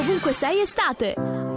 Ovunque sei estate.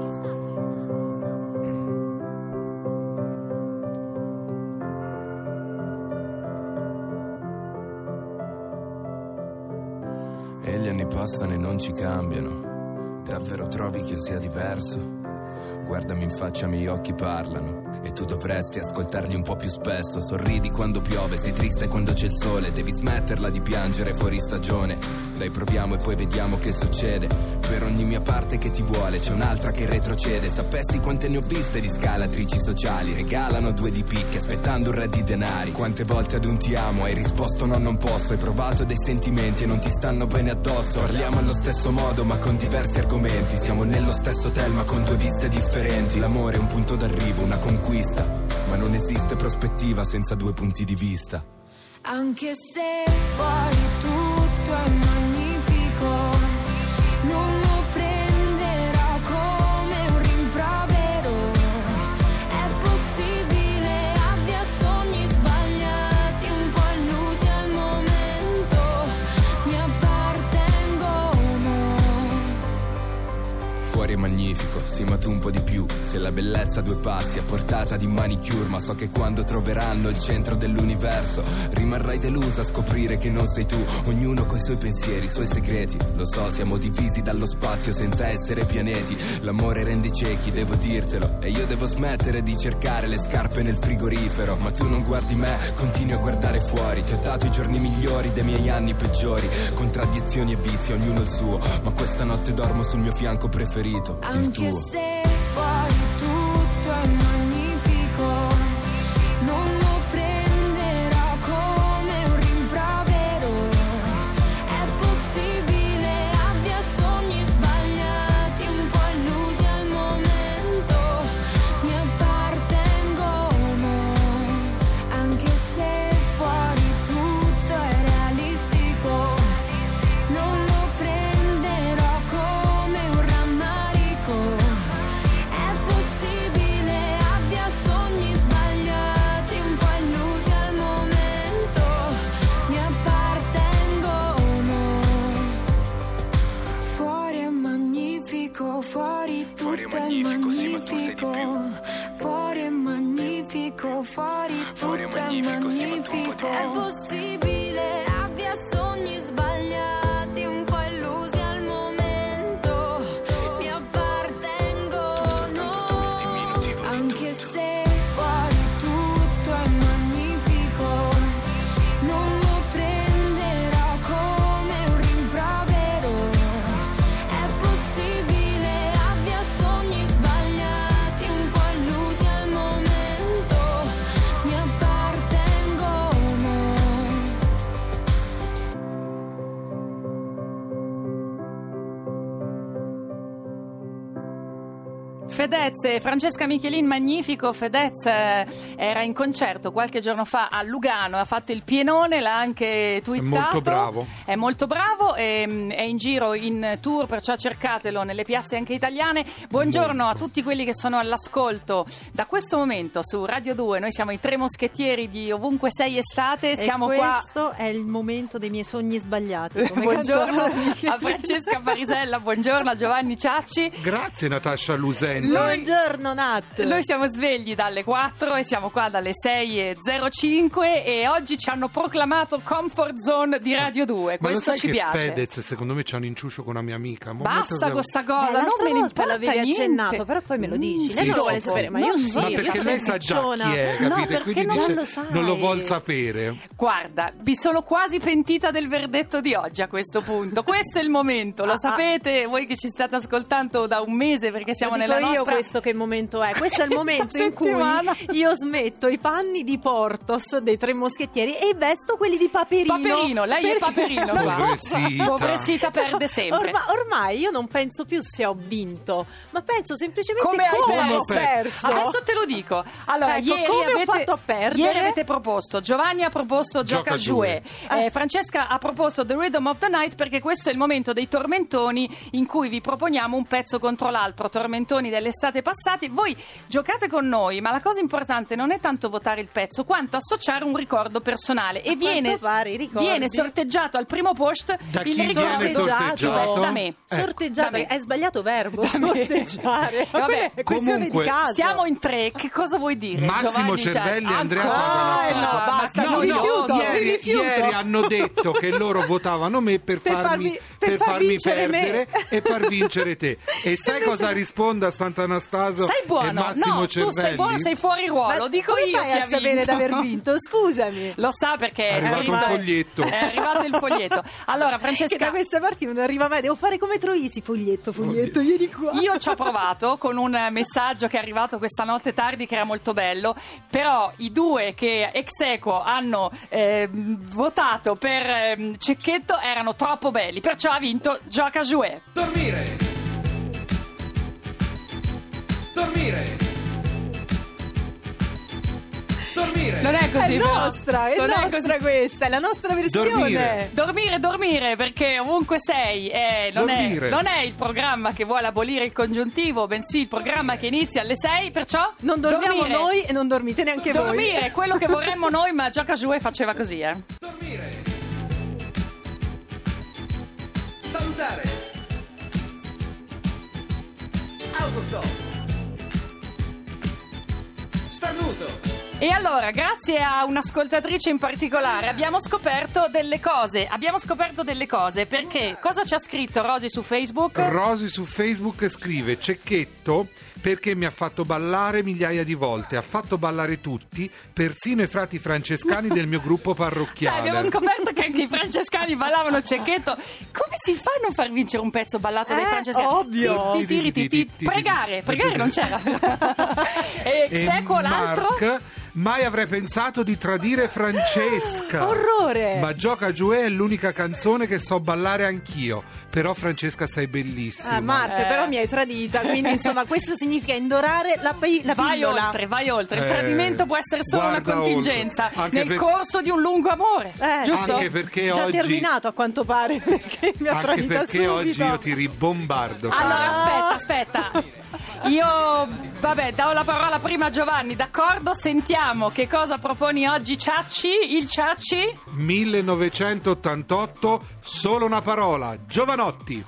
E gli anni passano e non ci cambiano. Davvero trovi che io sia diverso? Guardami in faccia, i miei occhi parlano. E tu dovresti ascoltarli un po' più spesso. Sorridi quando piove, sei triste quando c'è il sole. Devi smetterla di piangere fuori stagione. Dai, proviamo e poi vediamo che succede. Per ogni mia parte che ti vuole c'è un'altra che retrocede. Sapessi quante ne ho viste di scalatrici sociali. Regalano 2 di picche aspettando un re di denari. Quante volte ad un ti amo hai risposto no, non posso. Hai provato dei sentimenti e non ti stanno bene addosso. Parliamo allo stesso modo ma con diversi argomenti. Siamo nello stesso hotel ma con 2 viste differenti. L'amore è un punto d'arrivo, una conquista, ma non esiste prospettiva senza 2 punti di vista. Anche se fuori tutto è magnifico, non lo prenderò come un rimprovero. È possibile abbia sogni sbagliati, un po' illusi al momento, mi appartengono. Fuori è magnifico, sì ma tu un po' di più. Se la bellezza a 2 passi a portata di manicure. Ma so che quando troveranno il centro dell'universo rimarrai delusa a scoprire che non sei tu. Ognuno coi suoi pensieri, i suoi segreti. Lo so, siamo divisi dallo spazio senza essere pianeti. L'amore rende ciechi, devo dirtelo. E io devo smettere di cercare le scarpe nel frigorifero. Ma tu non guardi me, continui a guardare fuori. Ti ho dato i giorni migliori dei miei anni peggiori. Contraddizioni e vizi, ognuno il suo. Ma questa notte dormo sul mio fianco preferito, il tuo. Anche se fuori tutto è magnifico, non lo prenderò come un rimprovero. È possibile abbia sogni sbagliati, un po' illusi al momento, mi appartengono. Anche se fuori tutto è realistico, non lo prenderò come un rammarico. È possibile abbia sogni sbagliati, un po' illusi al momento, mi appartengono. Fuori è magnifico, fuori tutto è magnifico. Fuori è magnifico, fuori tutto è magnifico. È possibile abbia sogni sbagliati, un po' illusi al momento, mi appartengono. Anche se fuori tutto è magnifico, non lo prenderò come un rimprovero. È possibile abbia sogni sbagliati, un po' illusi al momento, mi appartengono. Fedez e Francesca Michelin, magnifico. Fedez era in concerto qualche giorno fa a Lugano, ha fatto il pienone, l'ha anche twittato. È molto bravo. È molto bravo, è in giro in tour, perciò cercatelo nelle piazze anche italiane. Buongiorno a tutti quelli che sono all'ascolto da questo momento su Radio 2. Noi siamo i 3 moschettieri di Ovunque sei estate. Siamo questo qua. è il momento dei miei sogni sbagliati. Come Buongiorno a Francesca Parisella, buongiorno a Giovanni Ciacci. Grazie Natascia Lusenti. Buongiorno Nat. Noi siamo svegli dalle 4 e siamo qua dalle 6:05 e oggi ci hanno proclamato Comfort Zone di Radio 2. Ma Questo lo sai ci che piace. Fedez secondo me c'ha un inciucio con una mia amica? Basta con sta cosa, non me ne importa l'avevi niente. accennato, però poi me lo dici. Sì, Lei lo vuole sì. sapere, ma io sì. Ma io perché sono lei sa già impicciona. chi è, No, capite? perché Quindi non dice lo sai. non lo vuol sapere. Guarda, vi sono quasi pentita del verdetto di oggi a questo punto. Questo è il momento, lo sapete voi che ci state ascoltando da un mese, perché siamo Lo nella dico io nostra... questo che momento è. Questo è il momento in cui settimana. io smetto i panni di Portos dei 3 moschettieri e vesto quelli di Paperino. Paperino, lei è Paperino. qua. Pobrecita. Pobrecita, perde sempre. Ormai io non penso più se ho vinto, ma penso semplicemente Come hai ho perso? perso. Adesso te lo dico. Allora, Ecco, ieri come ho fatto a perdere? Ieri avete proposto, Giovanni ha proposto Gioca Giue, Francesca ha proposto The Rhythm of the Night, perché questo è il momento dei tormentoni in cui vi proponiamo un pezzo contro l'altro, tormentoni l'estate passati. Voi giocate con noi, ma la cosa importante non è tanto votare il pezzo quanto associare un ricordo personale e viene sorteggiato al primo post da il chi ricordo viene sorteggiato? da me. Sorteggiato, Da me. è sbagliato verbo, sorteggiare. Vabbè, è questione comunque, di caso. Siamo in tre, che cosa vuoi dire? Massimo Giovanni Cervelli e Ciacci? Andrea Ancora? Sant'Anastasia. no, basta, No, mi rifiuto, mi rifiuto. Ieri hanno detto che loro votavano me per far farmi vincere perdere me. e far vincere te. E sai cosa risponde a Sant'Anastasio Stai e buono, Massimo no, Cervelli? tu stai buono, sei fuori ruolo, Ma dico come io fai chi a ha sapere vinto. d'aver vinto? Scusami. Lo sa perché È arrivato un foglietto. È arrivato il foglietto. Allora, Che Francesca, da queste parti non arriva mai, devo fare come Troisi, foglietto, vieni qua. io ci ho provato con un messaggio che è arrivato questa notte tardi che era molto bello, però i due che ex equo hanno votato per Cecchetto erano troppo belli, perciò ha vinto Gioca Jouet. Dormire. Dormire. Dormire. Non è così, È però. nostra, è Non nostra questa, è la nostra versione. Dormire. Perché ovunque sei non Dormire. è il programma che vuole abolire il congiuntivo, bensì il programma che inizia alle 6, perciò Non dormiamo dormire. noi e non dormite neanche Dormire voi. è quello che vorremmo noi, ma Gioca Jouet faceva così, Dormire. Salutare. Autostop. Starnuto. E allora, grazie a un'ascoltatrice in particolare, abbiamo scoperto delle cose. Perché cosa ci ha scritto Rosy su Facebook? Rosy su Facebook scrive: Cecchetto perché mi ha fatto ballare migliaia di volte, ha fatto ballare tutti, persino i frati francescani del mio gruppo Cioè, parrocchiale. abbiamo scoperto che anche i francescani ballavano Cecchetto. Come si fa a non far vincere un pezzo ballato dai francescani? ovvio. Pregare non c'era. E E Xeco l'altro? Mark, mai avrei pensato di tradire Francesca. Orrore. Ma Gioca Jouet è l'unica canzone che so ballare anch'io. Però Francesca sei bellissima. Mark, però mi hai tradita, quindi insomma questo significa indorare la pillola. Vai oltre. Il tradimento può essere solo una guarda contingenza oltre. Anche nel corso di un lungo amore. Giusto? Anche perché Già oggi terminato a quanto pare, perché mi ha Anche tradita perché subito. oggi io ti ribombardo. Allora, aspetta. Io, do la parola prima a Giovanni, d'accordo? Sentiamo che cosa proponi oggi Ciacci, il Ciacci? 1988, solo una parola, Giovanotti.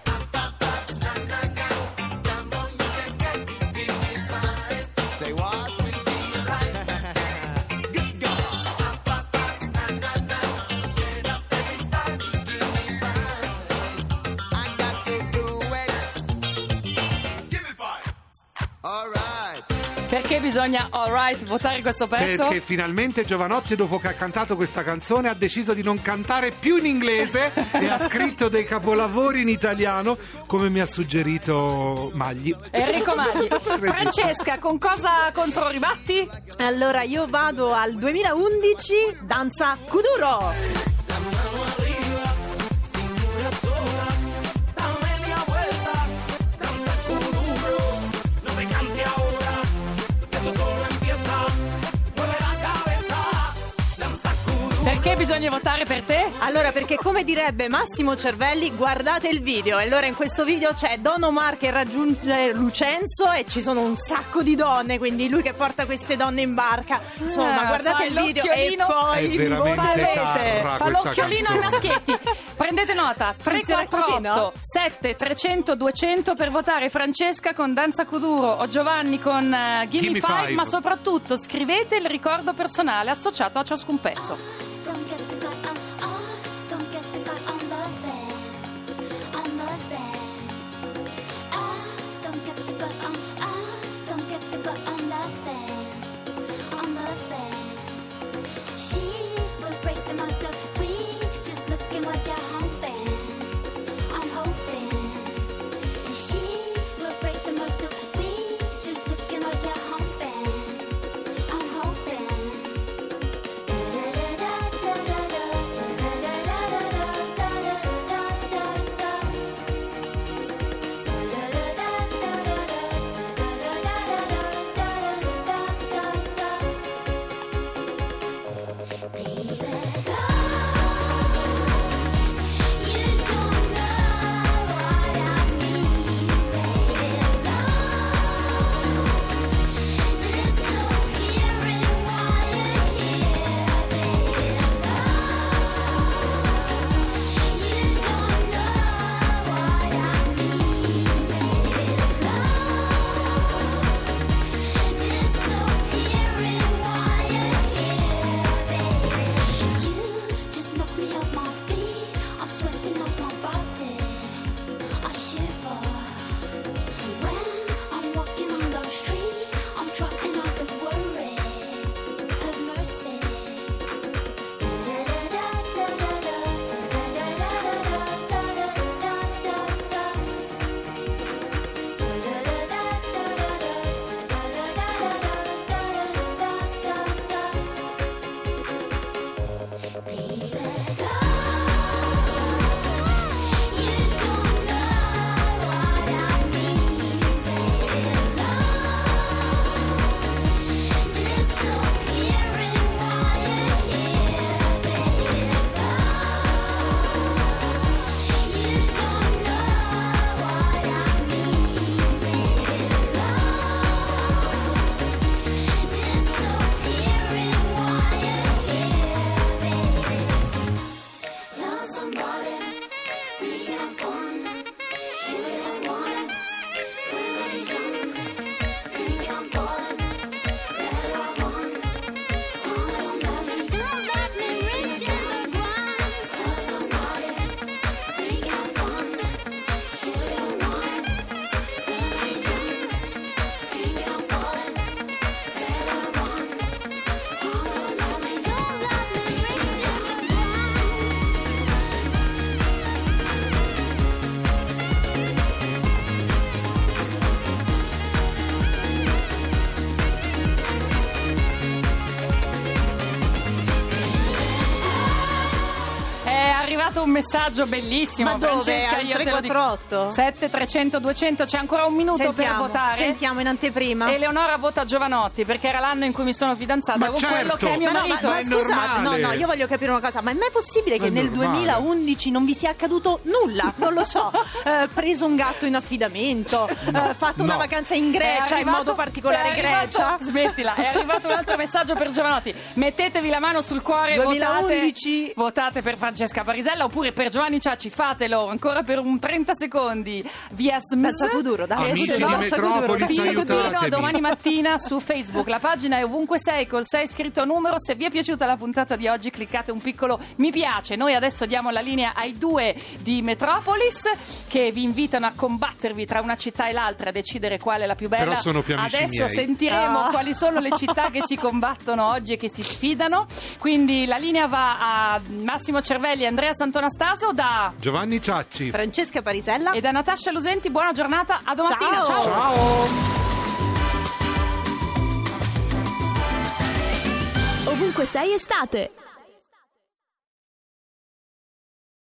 Say what? Perché bisogna, alright, votare questo pezzo? Perché finalmente Giovanotti, dopo che ha cantato questa canzone, ha deciso di non cantare più in inglese e ha scritto dei capolavori in italiano, come mi ha suggerito Magli. Enrico Magli. Francesca, con cosa controribatti? Allora io vado al 2011, Danza Kuduro. Perché bisogna votare per te? Allora, perché come direbbe Massimo Cervelli, guardate il video. E allora in questo video c'è Don Omar che raggiunge Lucenzo e ci sono un sacco di donne, quindi lui che porta queste donne in barca. Insomma, guardate il video e poi È veramente tarra fa questa l'occhiolino ai canzone. maschietti. Prendete nota, Funziona 348 così, no? 7 300 200 per votare Francesca con Danza Kuduro o Giovanni con Gimme Gimme 5, Five. ma soprattutto scrivete il ricordo personale associato a ciascun pezzo. Don't get the cut on, don't get the cut on the van, on the van. Don't get the cut on, don't get the cut on the van, on the van. She will break the most of we, just looking what you're humping. I'm hoping. And she will break the most of we, just looking what you're humping. I'm hoping. Da da da da. Un messaggio bellissimo. Ma dove? Francesca, Al io te lo dico. 348? 7 300 200, c'è ancora un minuto per votare. Sentiamo in anteprima. Eleonora vota Giovanotti perché era l'anno in cui mi sono fidanzata Ma con certo. quello che è mio Ma no, marito. ma è scusate, normale. io voglio capire una cosa, ma è mai possibile che È nel normale. 2011 non vi sia accaduto nulla? Non lo so, preso un gatto in affidamento, fatto una no. vacanza in È Grecia, in arrivato- modo particolare è arrivato- Grecia? Smettila, è arrivato un altro messaggio per Giovanotti. Mettetevi la mano sul cuore, 2011. votate per Francesca Parisella oppure per Giovanni Ciacci, fatelo ancora per un 30 secondi via SMS. Senza Kuduro, dai. Amici Senza di Kuduro, Metropolis, dai. aiutatemi. Fino a domani mattina su Facebook. La pagina è ovunque sei col 6 scritto numero. Se vi è piaciuta la puntata di oggi cliccate un piccolo mi piace. Noi adesso diamo la linea ai due di Metropolis che vi invitano a combattervi tra una città e l'altra, a decidere quale è la più bella. Però sono più amici Adesso miei. sentiremo quali sono le città che si combattono oggi e che si sfidano. Quindi la linea va a Massimo Cervelli e Andrea Santonastaso da Giovanni Ciacci. Francesca Parisella. e da Natascia Lusenti. Buona giornata, a domattina. Ciao. Ciao. Ovunque sei estate.